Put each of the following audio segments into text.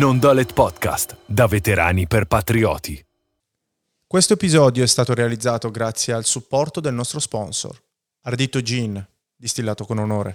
Non-Dolet Podcast, da veterani per patrioti. Questo episodio è stato realizzato grazie al supporto del nostro sponsor, Ardito Gin, distillato con onore.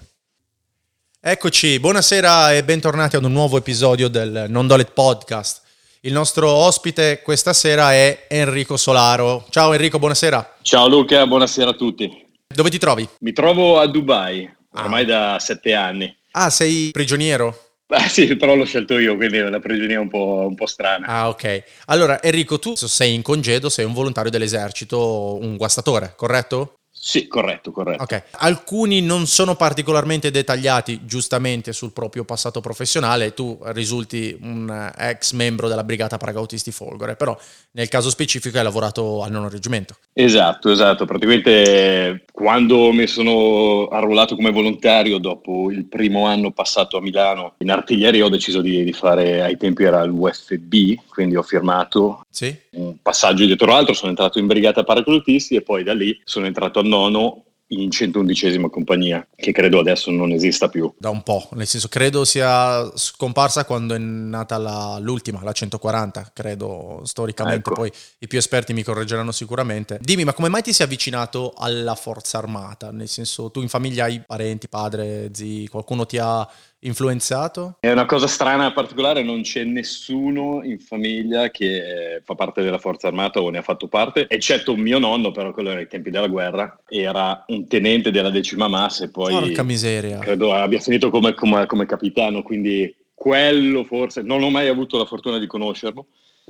Eccoci, buonasera e bentornati ad un nuovo episodio del Non-Dolet Podcast. Il nostro ospite questa sera è Enrico Solaro. Ciao Enrico, buonasera. Ciao Luca, buonasera a tutti. Dove ti trovi? Mi trovo a Dubai, ormai da 7 anni. Ah, sei prigioniero? Sì, però l'ho scelto io, quindi è una prigionia un po' strana. Ah, ok. Allora, Enrico, tu sei in congedo, sei un volontario dell'esercito, un guastatore, corretto? Sì, corretto. Ok. Alcuni non sono particolarmente dettagliati, giustamente, sul proprio passato professionale. Tu risulti un ex membro della Brigata Paracautisti Folgore, però nel caso specifico hai lavorato al 9° reggimento. Esatto. Praticamente quando mi sono arruolato come volontario dopo il primo anno passato a Milano in artiglieria, ho deciso di fare, ai tempi era il UFB, quindi ho firmato un passaggio dietro l'altro, sono entrato in Brigata Paracautisti e poi da lì sono entrato al 9° in 111ª compagnia, che credo adesso non esista più. Da un po', nel senso credo sia scomparsa quando è nata l'ultima, la 140, credo storicamente, Ecco. Poi i più esperti mi correggeranno sicuramente. Dimmi, ma come mai ti sei avvicinato alla Forza Armata? Nel senso, tu in famiglia hai parenti, padre, zii, qualcuno ti ha influenzato? È una cosa strana, particolare, non c'è nessuno in famiglia che fa parte della Forza Armata o ne ha fatto parte, eccetto un mio nonno, però quello era ai tempi della guerra, era un tenente della 10ª MAS e poi Porca miseria. credo abbia finito come capitano, quindi quello forse, non ho mai avuto la fortuna di conoscerlo,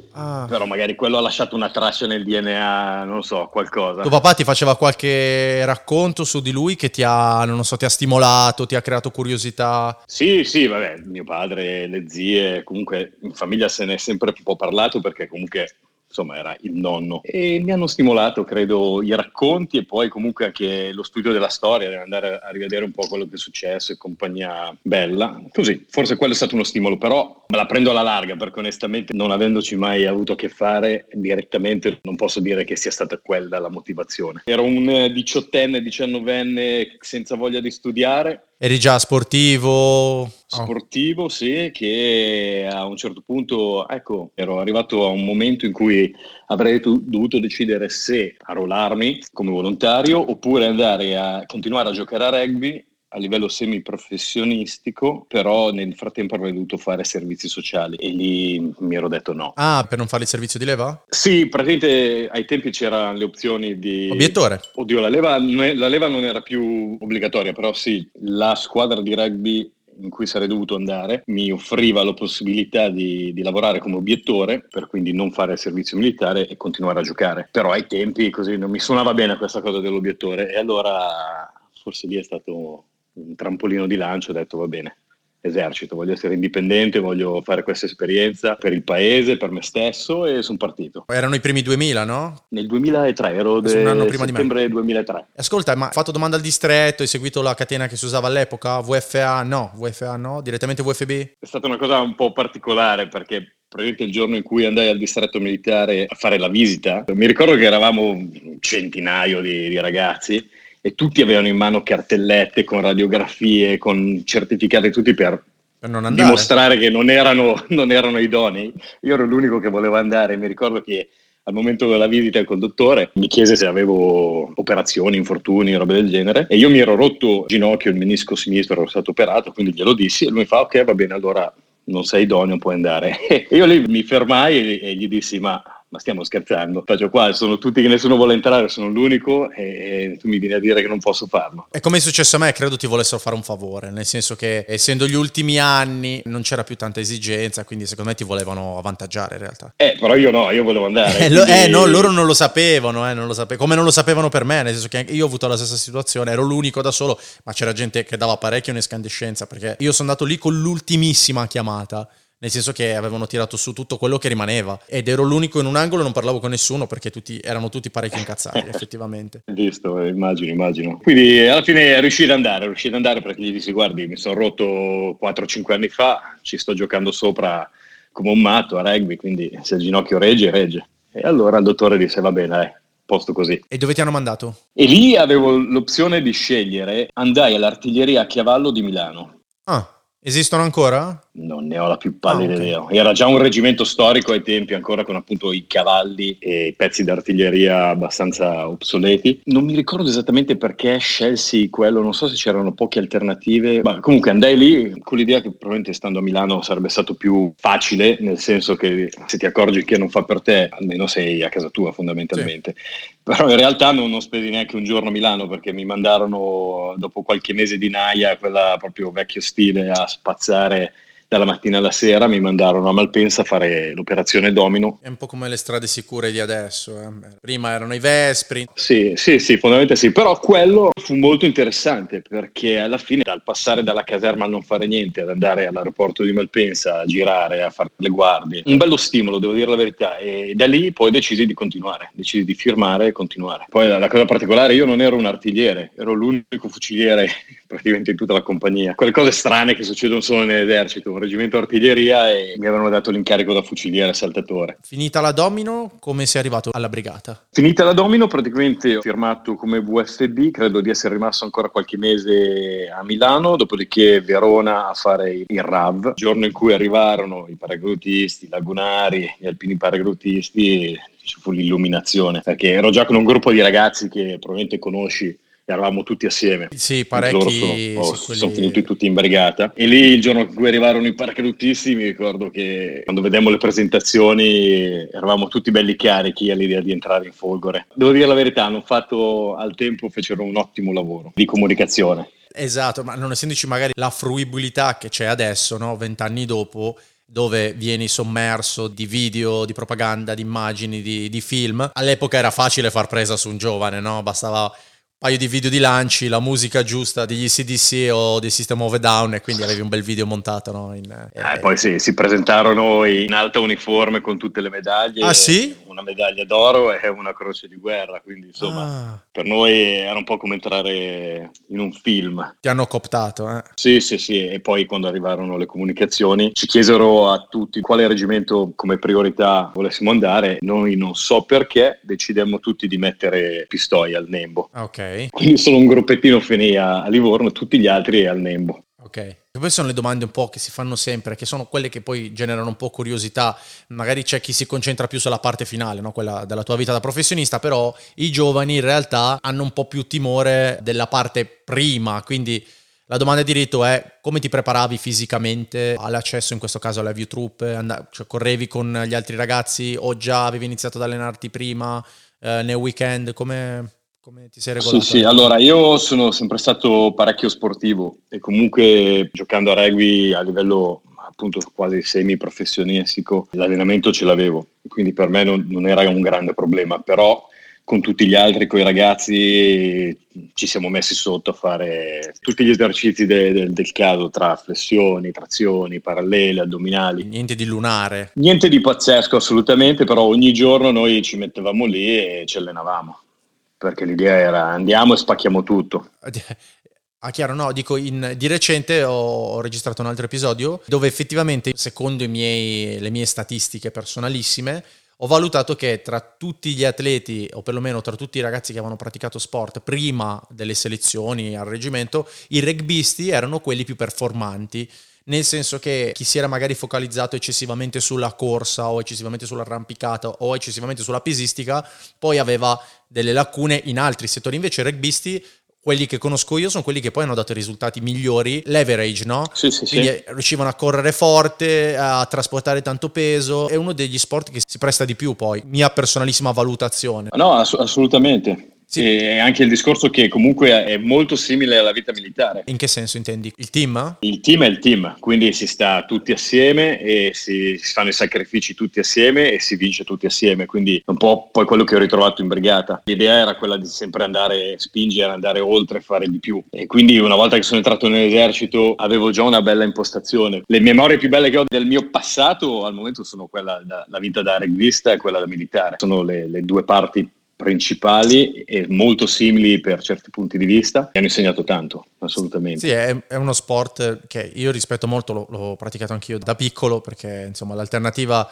però magari quello ha lasciato una traccia nel DNA, non so, qualcosa. Tuo papà ti faceva qualche racconto su di lui che ti ha, non so, ti ha stimolato, ti ha creato curiosità? Sì, vabbè, mio padre, le zie, comunque in famiglia se ne è sempre un po' parlato perché comunque, insomma, era il nonno. E mi hanno stimolato, credo, i racconti e poi comunque anche lo studio della storia, andare a rivedere un po' quello che è successo e compagnia bella. Così, forse quello è stato uno stimolo, però me la prendo alla larga perché onestamente, non avendoci mai avuto a che fare direttamente, non posso dire che sia stata quella la motivazione. Ero un 18enne, 19enne senza voglia di studiare. Eri già sportivo? Sportivo, sì, che a un certo punto, ecco, ero arrivato a un momento in cui avrei dovuto decidere se arruolarmi come volontario oppure andare a continuare a giocare a rugby a livello semiprofessionistico, però nel frattempo avrei dovuto fare servizi sociali e lì mi ero detto no. Ah, per non fare il servizio di leva? Sì, praticamente ai tempi c'erano le opzioni di... Obiettore? Oddio, la leva non era più obbligatoria, però sì, la squadra di rugby in cui sarei dovuto andare mi offriva la possibilità di lavorare come obiettore, per quindi non fare il servizio militare e continuare a giocare. Però ai tempi così non mi suonava bene questa cosa dell'obiettore e allora forse lì è stato un trampolino di lancio, ho detto va bene, esercito, voglio essere indipendente, voglio fare questa esperienza per il paese, per me stesso e sono partito. Erano i primi 2000, no? Nel 2003, ero un anno prima di me. settembre 2003. Ascolta, ma hai fatto domanda al distretto, hai seguito la catena che si usava all'epoca? VFA no, direttamente VFB? È stata una cosa un po' particolare perché praticamente il giorno in cui andai al distretto militare a fare la visita, mi ricordo che eravamo un centinaio di ragazzi e tutti avevano in mano cartellette con radiografie, con certificati tutti per non andare, dimostrare che non erano idonei. Io ero l'unico che voleva andare. Mi ricordo che al momento della visita il conduttore mi chiese se avevo operazioni, infortuni, robe del genere e io mi ero rotto il ginocchio, il menisco sinistro, ero stato operato, quindi glielo dissi e lui mi fa ok, va bene, allora non sei idoneo, puoi andare. E io lì mi fermai e gli dissi ma stiamo scherzando? Faccio qua, sono tutti che nessuno vuole entrare, sono l'unico e tu mi vieni a dire che non posso farlo. E come è successo a me, credo ti volessero fare un favore, nel senso che essendo gli ultimi anni non c'era più tanta esigenza, quindi secondo me ti volevano avvantaggiare in realtà. Però io no, io volevo andare. No, loro non lo sapevano, come non lo sapevano per me, nel senso che io ho avuto la stessa situazione, ero l'unico da solo, ma c'era gente che dava parecchio in escandescenza, perché io sono andato lì con l'ultimissima chiamata. Nel senso che avevano tirato su tutto quello che rimaneva ed ero l'unico in un angolo, non parlavo con nessuno perché erano tutti parecchio incazzati effettivamente. Visto, immagino. Quindi alla fine riuscì ad andare perché gli dissi guardi mi sono rotto 4-5 anni fa, ci sto giocando sopra come un matto a rugby, quindi se il ginocchio regge. E allora il dottore disse va bene, posto così. E dove ti hanno mandato? E lì avevo l'opzione di scegliere, andai all'artiglieria a Chiavallo di Milano. Esistono ancora? Non ne ho la più pallida ok. idea. Era già un reggimento storico ai tempi, ancora con appunto i cavalli e i pezzi d'artiglieria abbastanza obsoleti. Non mi ricordo esattamente perché scelsi quello, non so se c'erano poche alternative, ma comunque andai lì con l'idea che probabilmente stando a Milano sarebbe stato più facile, nel senso che se ti accorgi che non fa per te, almeno sei a casa tua fondamentalmente. Però in realtà non spesi neanche un giorno a Milano, perché mi mandarono dopo qualche mese di naia, quella proprio vecchio stile, a spazzare dalla mattina alla sera, mi mandarono a Malpensa a fare l'operazione Domino. È un po' come le strade sicure di adesso. Prima erano i Vespri. Sì, fondamentalmente sì, però quello fu molto interessante, perché alla fine, dal passare dalla caserma a non fare niente ad andare all'aeroporto di Malpensa a girare, a fare le guardie, un bello stimolo, devo dire la verità, e da lì poi decisi di continuare, decisi di firmare e continuare. Poi la cosa particolare, io non ero un artigliere, ero l'unico fuciliere praticamente in tutta la compagnia. Quelle cose strane che succedono solo nell'esercito, un reggimento artiglieria, e mi avevano dato l'incarico da fuciliere saltatore. Finita la Domino, come sei arrivato alla brigata? Finita la Domino, praticamente ho firmato come VSD, credo di essere rimasto ancora qualche mese a Milano, dopodiché Verona a fare il RAV. Il giorno in cui arrivarono i paraglutisti, i lagunari, gli alpini paraglutisti, ci fu l'illuminazione, perché ero già con un gruppo di ragazzi che probabilmente conosci, eravamo tutti assieme. Sì, Loro parecchi. sono venuti tutti in brigata, e lì il giorno in cui arrivarono i paracadutisti mi ricordo che quando vedemmo le presentazioni eravamo tutti belli carichi all'idea di entrare in Folgore. Devo dire la verità, hanno fatto al tempo, fecero un ottimo lavoro di comunicazione. Esatto, ma non essendoci magari la fruibilità che c'è adesso, no? 20 anni dopo, dove vieni sommerso di video, di propaganda, di immagini, di film. All'epoca era facile far presa su un giovane, no? Bastava paio di video di lanci, la musica giusta degli CDC o dei System of a Down, e quindi avevi un bel video montato, no? Poi sì, si presentarono in alta uniforme con tutte le medaglie. Ah sì? Una medaglia d'oro e una croce di guerra, quindi insomma per noi era un po' come entrare in un film. Ti hanno cooptato, eh? Sì, e poi quando arrivarono le comunicazioni ci chiesero a tutti quale reggimento come priorità volessimo andare. Noi non so perché decidemmo tutti di mettere Pistoia al Nembo. Ok. Quindi solo un gruppettino finì a Livorno, tutti gli altri al Nembo. Ok. E poi sono le domande un po' che si fanno sempre, che sono quelle che poi generano un po' curiosità. Magari c'è chi si concentra più sulla parte finale, no? Quella della tua vita da professionista, però i giovani in realtà hanno un po' più timore della parte prima, quindi la domanda di rito è: come ti preparavi fisicamente all'accesso, in questo caso alla View Troop? Cioè, correvi con gli altri ragazzi o già avevi iniziato ad allenarti prima, nel weekend? Come ti sei regolato? Sì, allora io sono sempre stato parecchio sportivo, e comunque giocando a rugby a livello appunto quasi semi-professionistico l'allenamento ce l'avevo, quindi per me non era un grande problema, però con tutti gli altri, con i ragazzi, ci siamo messi sotto a fare tutti gli esercizi del caso, tra flessioni, trazioni, parallele, addominali. Niente di lunare. Niente di pazzesco assolutamente, però ogni giorno noi ci mettevamo lì e ci allenavamo, perché l'idea era andiamo e spacchiamo tutto. Ah, chiaro, no, dico, di recente ho registrato un altro episodio dove effettivamente, secondo le mie statistiche personalissime, ho valutato che tra tutti gli atleti, o perlomeno tra tutti i ragazzi che avevano praticato sport prima delle selezioni al reggimento, i rugbyisti erano quelli più performanti, nel senso che chi si era magari focalizzato eccessivamente sulla corsa o eccessivamente sull'arrampicata o eccessivamente sulla pesistica, poi aveva delle lacune in altri settori. Invece i rugbyisti, quelli che conosco io, sono quelli che poi hanno dato i risultati migliori, l'average, no? Sì. Quindi riuscivano a correre forte, a trasportare tanto peso. È uno degli sport che si presta di più, poi, mia personalissima valutazione. No, assolutamente. Sì. E anche il discorso che comunque è molto simile alla vita militare. In che senso intendi? Il team? Il team è il team, quindi si sta tutti assieme e si fanno i sacrifici tutti assieme e si vince tutti assieme, quindi un po' poi quello che ho ritrovato in brigata. L'idea era quella di sempre spingere, andare oltre, fare di più, e quindi una volta che sono entrato nell'esercito avevo già una bella impostazione. Le memorie più belle che ho del mio passato al momento sono quella la vita da rugbista e quella da militare. Sono le due parti principali e molto simili per certi punti di vista, mi hanno insegnato tanto, assolutamente. Sì, è uno sport che io rispetto molto, l'ho praticato anch'io da piccolo, perché insomma l'alternativa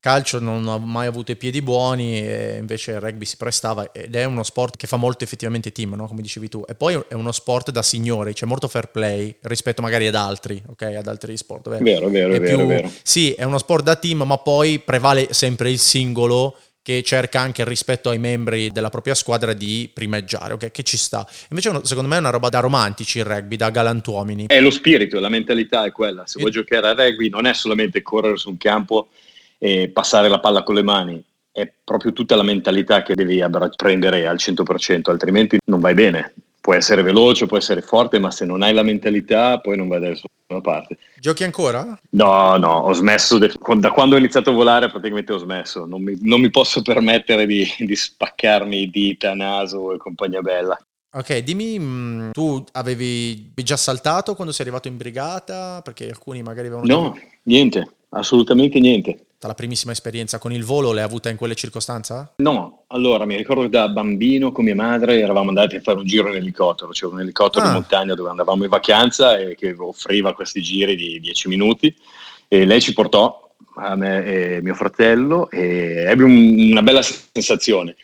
calcio non ha mai avuto i piedi buoni e invece il rugby si prestava, ed è uno sport che fa molto effettivamente team, no? Come dicevi tu, e poi è uno sport da signori, c'è molto fair play rispetto magari ad altri, ok? Ad altri sport, Vero, vero, è vero, vero. Sì, è uno sport da team, ma poi prevale sempre il singolo che cerca anche rispetto ai membri della propria squadra di primeggiare, ok? Che ci sta. Invece secondo me è una roba da romantici il rugby, da galantuomini. È lo spirito, la mentalità è quella. Se vuoi giocare a rugby non è solamente correre sul campo e passare la palla con le mani, è proprio tutta la mentalità che devi prendere al 100%, altrimenti non vai bene. Puoi essere veloce, puoi essere forte, ma se non hai la mentalità poi non vai da nessuna parte. Giochi ancora? No, ho smesso, da quando ho iniziato a volare praticamente ho smesso, non mi posso permettere di spaccarmi dita, naso e compagnia bella. Ok, dimmi, tu avevi già saltato quando sei arrivato in brigata? Perché alcuni magari avevano... No, niente, assolutamente niente. La primissima esperienza con il volo l'hai avuta in quelle circostanze? No, allora mi ricordo che da bambino con mia madre eravamo andati a fare un giro in elicottero, c'era un elicottero in montagna dove andavamo in vacanza e che offriva questi giri di 10 minuti e lei ci portò, a me e mio fratello, e ebbe una bella sensazione.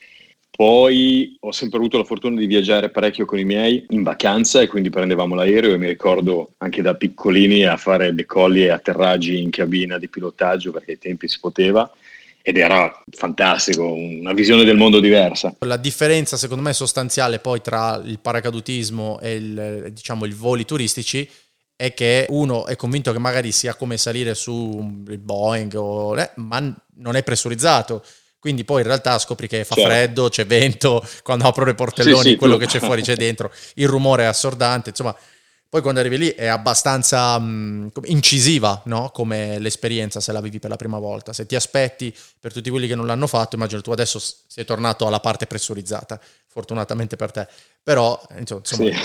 Poi ho sempre avuto la fortuna di viaggiare parecchio con i miei in vacanza e quindi prendevamo l'aereo e mi ricordo anche da piccolini a fare decolli e atterraggi in cabina di pilotaggio perché ai tempi si poteva ed era fantastico, una visione del mondo diversa. La differenza secondo me sostanziale poi tra il paracadutismo e i voli turistici è che uno è convinto che magari sia come salire su il Boeing ma non è pressurizzato. Quindi poi in realtà scopri che fa freddo, c'è vento, quando apro le portelloni quello che c'è fuori c'è dentro, il rumore è assordante, insomma, poi quando arrivi lì è abbastanza incisiva, no? Come l'esperienza se la vivi per la prima volta. Se ti aspetti, per tutti quelli che non l'hanno fatto, immagino tu adesso sei tornato alla parte pressurizzata, fortunatamente per te, però insomma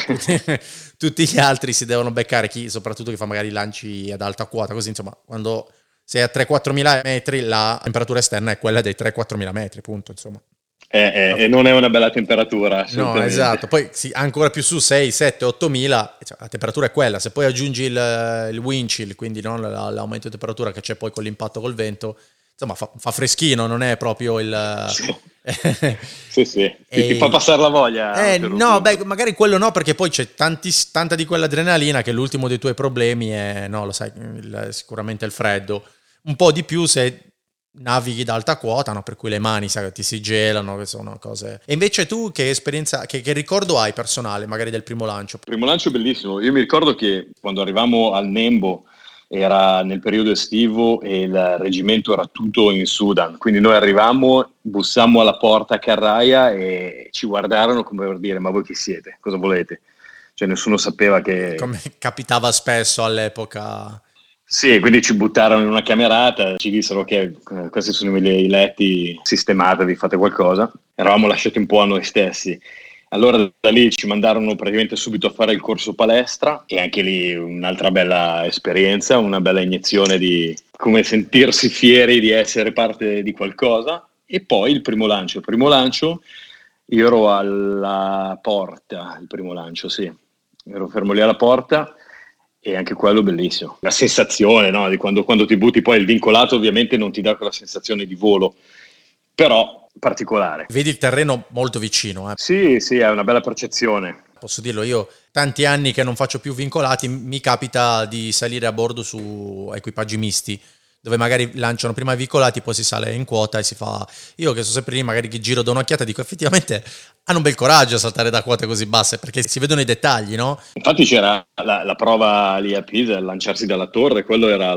tutti gli altri si devono beccare, soprattutto chi fa magari lanci ad alta quota, così insomma, quando... Se a 3-4 mila metri la temperatura esterna è quella dei 3-4 mila metri, punto, insomma. E non è una bella temperatura, no, esatto. Poi ancora più su 6, 7, 8 mila, cioè, la temperatura è quella. Se poi aggiungi il wind chill, quindi non l'aumento di temperatura che c'è poi con l'impatto col vento, insomma fa freschino, non è proprio il... sì. Ti fa passare la voglia. No, magari quello no, perché poi c'è tanta di quell'adrenalina che l'ultimo dei tuoi problemi è, no, lo sai, sicuramente il freddo. Un po' di più se navighi da alta quota, no? Per cui le mani ti si gelano, che sono cose. E invece tu che esperienza, che ricordo hai personale, magari del primo lancio? Il primo lancio bellissimo. Io mi ricordo che quando arrivavamo al Nembo era nel periodo estivo e il reggimento era tutto in Sudan, quindi noi arrivammo, bussammo alla porta a Carraia e ci guardarono come per dire: ma voi chi siete? Cosa volete? Cioè nessuno sapeva che... Come capitava spesso all'epoca. Sì, quindi ci buttarono in una camerata, ci dissero che questi sono i letti, sistematevi, fate qualcosa. Eravamo lasciati un po' a noi stessi. Allora da lì ci mandarono praticamente subito a fare il corso palestra e anche lì un'altra bella esperienza, una bella iniezione di come sentirsi fieri di essere parte di qualcosa. E poi il primo lancio. Il primo lancio io ero alla porta, il primo lancio, sì. Ero fermo lì alla porta. E anche quello bellissimo. La sensazione, no? Di quando ti butti, poi il vincolato ovviamente non ti dà quella sensazione di volo, però particolare. Vedi il terreno molto vicino. Sì, è una bella percezione. Posso dirlo, io tanti anni che non faccio più vincolati, mi capita di salire a bordo su equipaggi misti, dove magari lanciano prima i vincolati, poi si sale in quota e si fa... Io che sono sempre lì, magari che giro da un'occhiata, dico effettivamente hanno un bel coraggio a saltare da quote così basse, perché si vedono i dettagli, no? Infatti c'era la prova lì a Pisa, lanciarsi dalla torre, quello era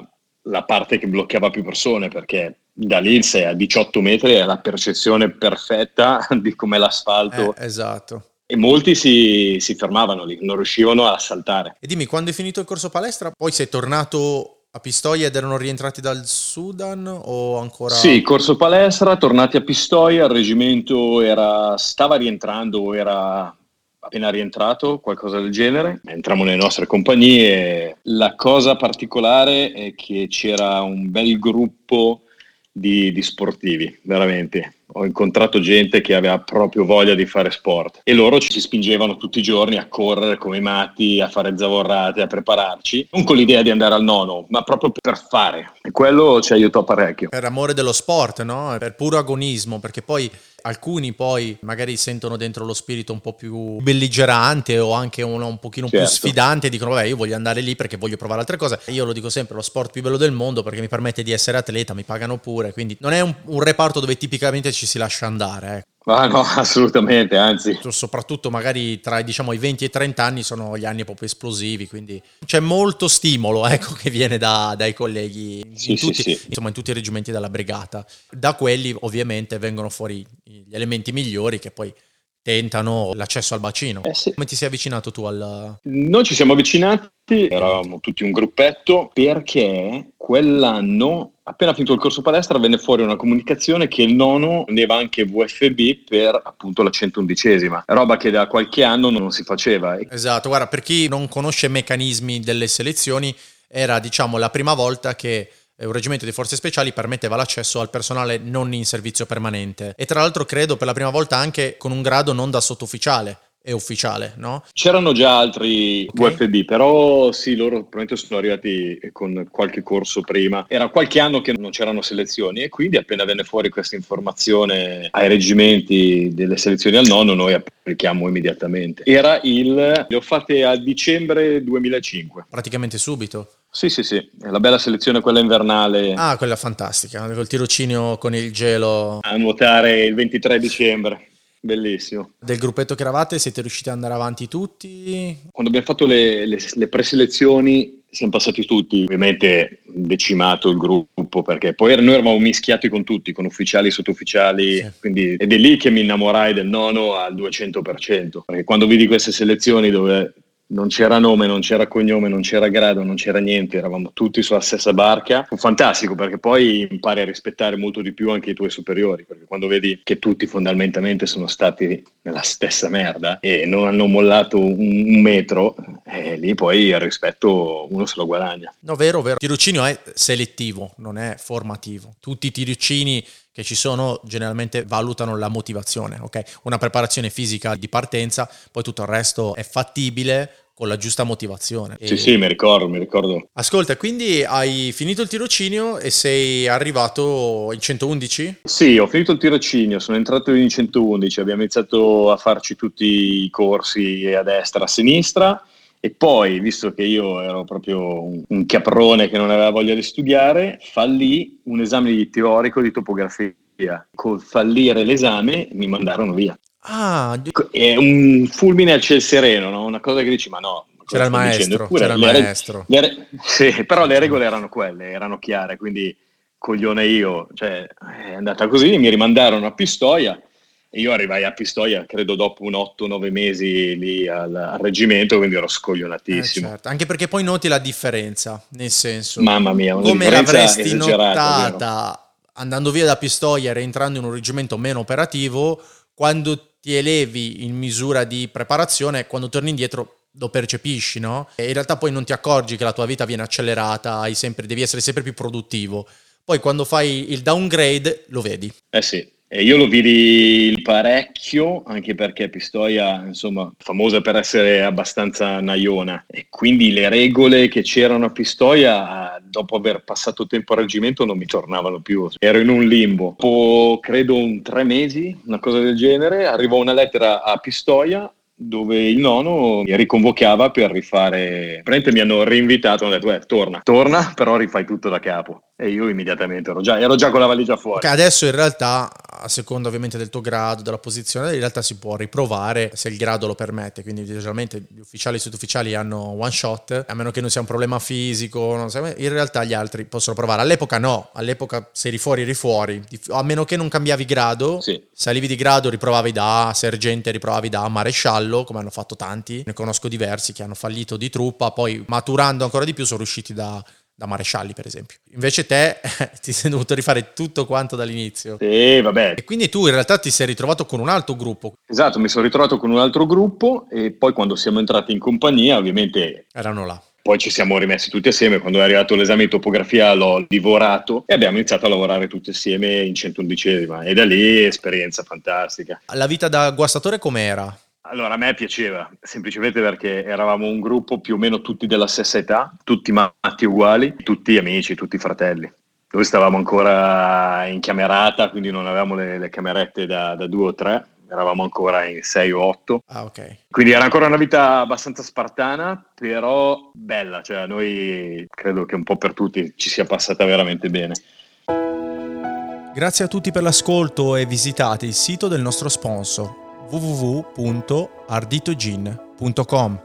la parte che bloccava più persone, perché da lì sei a 18 metri è la percezione perfetta di com'è l'asfalto. Esatto. E molti si fermavano lì, non riuscivano a saltare. E dimmi, quando è finito il corso palestra, poi sei tornato a Pistoia ed erano rientrati dal Sudan o ancora? Sì, corso palestra, tornati a Pistoia, il reggimento stava rientrando o era appena rientrato, qualcosa del genere. Entrammo nelle nostre compagnie. La cosa particolare è che c'era un bel gruppo di sportivi, veramente. ho incontrato gente che aveva proprio voglia di fare sport e loro ci spingevano tutti i giorni a correre come i matti, a fare zavorrate, a prepararci, non con l'idea di andare al nono, ma proprio per fare, e quello ci aiutò parecchio. Per amore dello sport, no? Per puro agonismo, perché poi alcuni poi magari sentono dentro lo spirito un po' più belligerante o anche uno un pochino più sfidante e dicono vabbè, io voglio andare lì perché voglio provare altre cose. Io lo dico sempre, lo sport più bello del mondo perché mi permette di essere atleta, mi pagano pure, quindi non è un reparto dove tipicamente ci si lascia andare, Ah, no, assolutamente, anzi. Soprattutto magari tra diciamo i 20 e i 30 anni sono gli anni proprio esplosivi, quindi c'è molto stimolo, ecco, che viene dai colleghi in tutti, insomma, in tutti i reggimenti della brigata. Da quelli ovviamente vengono fuori gli elementi migliori che poi tentano l'accesso al bacino. Come ti sei avvicinato tu al... Noi ci siamo avvicinati, eravamo tutti un gruppetto, perché quell'anno, appena finito il corso palestra, venne fuori una comunicazione che il nono vendeva anche VFB per appunto la 111esima, roba che da qualche anno non si faceva. Esatto, guarda, per chi non conosce i meccanismi delle selezioni, era diciamo la prima volta che un reggimento di forze speciali permetteva l'accesso al personale non in servizio permanente e tra l'altro credo per la prima volta anche con un grado non da sottufficiale e ufficiale, no? C'erano già altri VFB, però sì, loro probabilmente sono arrivati con qualche corso prima. Era qualche anno che non c'erano selezioni e quindi appena venne fuori questa informazione ai reggimenti delle selezioni al nono, noi applichiamo immediatamente. Le ho fatte a dicembre 2005. Praticamente subito. Sì, la bella selezione quella invernale. Ah, quella fantastica, col tirocinio con il gelo. A nuotare il 23 dicembre. Bellissimo. Del gruppetto che eravate siete riusciti ad andare avanti tutti? Quando abbiamo fatto le preselezioni siamo passati tutti, ovviamente decimato il gruppo perché poi noi eravamo mischiati con tutti, con ufficiali e sottufficiali, quindi, ed è lì che mi innamorai del nono al 200%, perché quando vidi queste selezioni dove non c'era nome, non c'era cognome, non c'era grado, non c'era niente, eravamo tutti sulla stessa barca. Fu fantastico perché poi impari a rispettare molto di più anche i tuoi superiori, perché quando vedi che tutti fondamentalmente sono stati nella stessa merda e non hanno mollato un metro, lì poi il rispetto uno se lo guadagna. No, vero. Il tirocinio è selettivo, non è formativo. Tutti i tirocini che ci sono generalmente valutano la motivazione, ok? Una preparazione fisica di partenza, poi tutto il resto è fattibile con la giusta motivazione. Sì, mi ricordo. Ascolta, quindi hai finito il tirocinio e sei arrivato in 111? Sì, ho finito il tirocinio, sono entrato in 111, abbiamo iniziato a farci tutti i corsi a destra, a sinistra. E poi, visto che io ero proprio un caprone che non aveva voglia di studiare, fallì un esame di teorico di topografia. Col fallire l'esame mi mandarono via. È un fulmine al ciel sereno, no? Una cosa che dici, ma no. C'era il maestro. Sì, però le regole erano quelle, erano chiare, quindi coglione io. Cioè, è andata così, mi rimandarono a Pistoia. Io arrivai a Pistoia, credo dopo un 8-9 mesi lì al reggimento, quindi ero scoglionatissimo. Certo. Anche perché poi noti la differenza, nel senso... Mamma mia, una come differenza l'avresti notata andando via da Pistoia e rientrando in un reggimento meno operativo, quando ti elevi in misura di preparazione, quando torni indietro lo percepisci, no? E in realtà poi non ti accorgi che la tua vita viene accelerata, devi essere sempre più produttivo. Poi quando fai il downgrade lo vedi. Sì. E io lo vidi parecchio, anche perché Pistoia, insomma, famosa per essere abbastanza naiona. E quindi le regole che c'erano a Pistoia, dopo aver passato tempo al reggimento, non mi tornavano più. Ero in un limbo. Dopo, credo, 3 mesi, una cosa del genere, arrivò una lettera a Pistoia dove il nono mi riconvocava per rifare. Praticamente mi hanno rinvitato, hanno detto torna, però rifai tutto da capo. E io immediatamente ero già con la valigia fuori. Che adesso in realtà, a seconda ovviamente del tuo grado, della posizione, in realtà si può riprovare se il grado lo permette, quindi generalmente gli ufficiali e i sottufficiali hanno one shot, a meno che non sia un problema fisico, non so, in realtà gli altri possono provare. All'epoca no, all'epoca se eri fuori, a meno che non cambiavi grado, salivi di grado, riprovavi da sergente, riprovavi da maresciallo, come hanno fatto tanti, ne conosco diversi che hanno fallito di truppa, poi maturando ancora di più sono riusciti da marescialli, per esempio. Invece te ti sei dovuto rifare tutto quanto dall'inizio. Sì, vabbè. E quindi tu in realtà ti sei ritrovato con un altro gruppo. Esatto, mi sono ritrovato con un altro gruppo e poi quando siamo entrati in compagnia, ovviamente... Erano là. Poi ci siamo rimessi tutti assieme, quando è arrivato l'esame di topografia l'ho divorato e abbiamo iniziato a lavorare tutti assieme in 111esima e da lì esperienza fantastica. La vita da guastatore com'era? Allora, a me piaceva, semplicemente perché eravamo un gruppo più o meno tutti della stessa età, tutti matti uguali, tutti amici, tutti fratelli. Noi stavamo ancora in chiamerata, quindi non avevamo le camerette da 2 o 3, eravamo ancora in 6 o 8. Ah, ok. Quindi era ancora una vita abbastanza spartana, però bella, cioè a noi credo che un po' per tutti ci sia passata veramente bene. Grazie a tutti per l'ascolto e visitate il sito del nostro sponsor www.arditojin.com.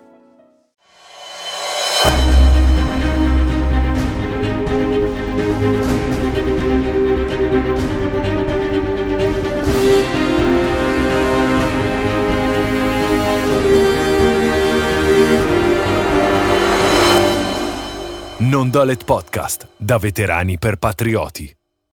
Non Dolet Podcast, da veterani per patrioti.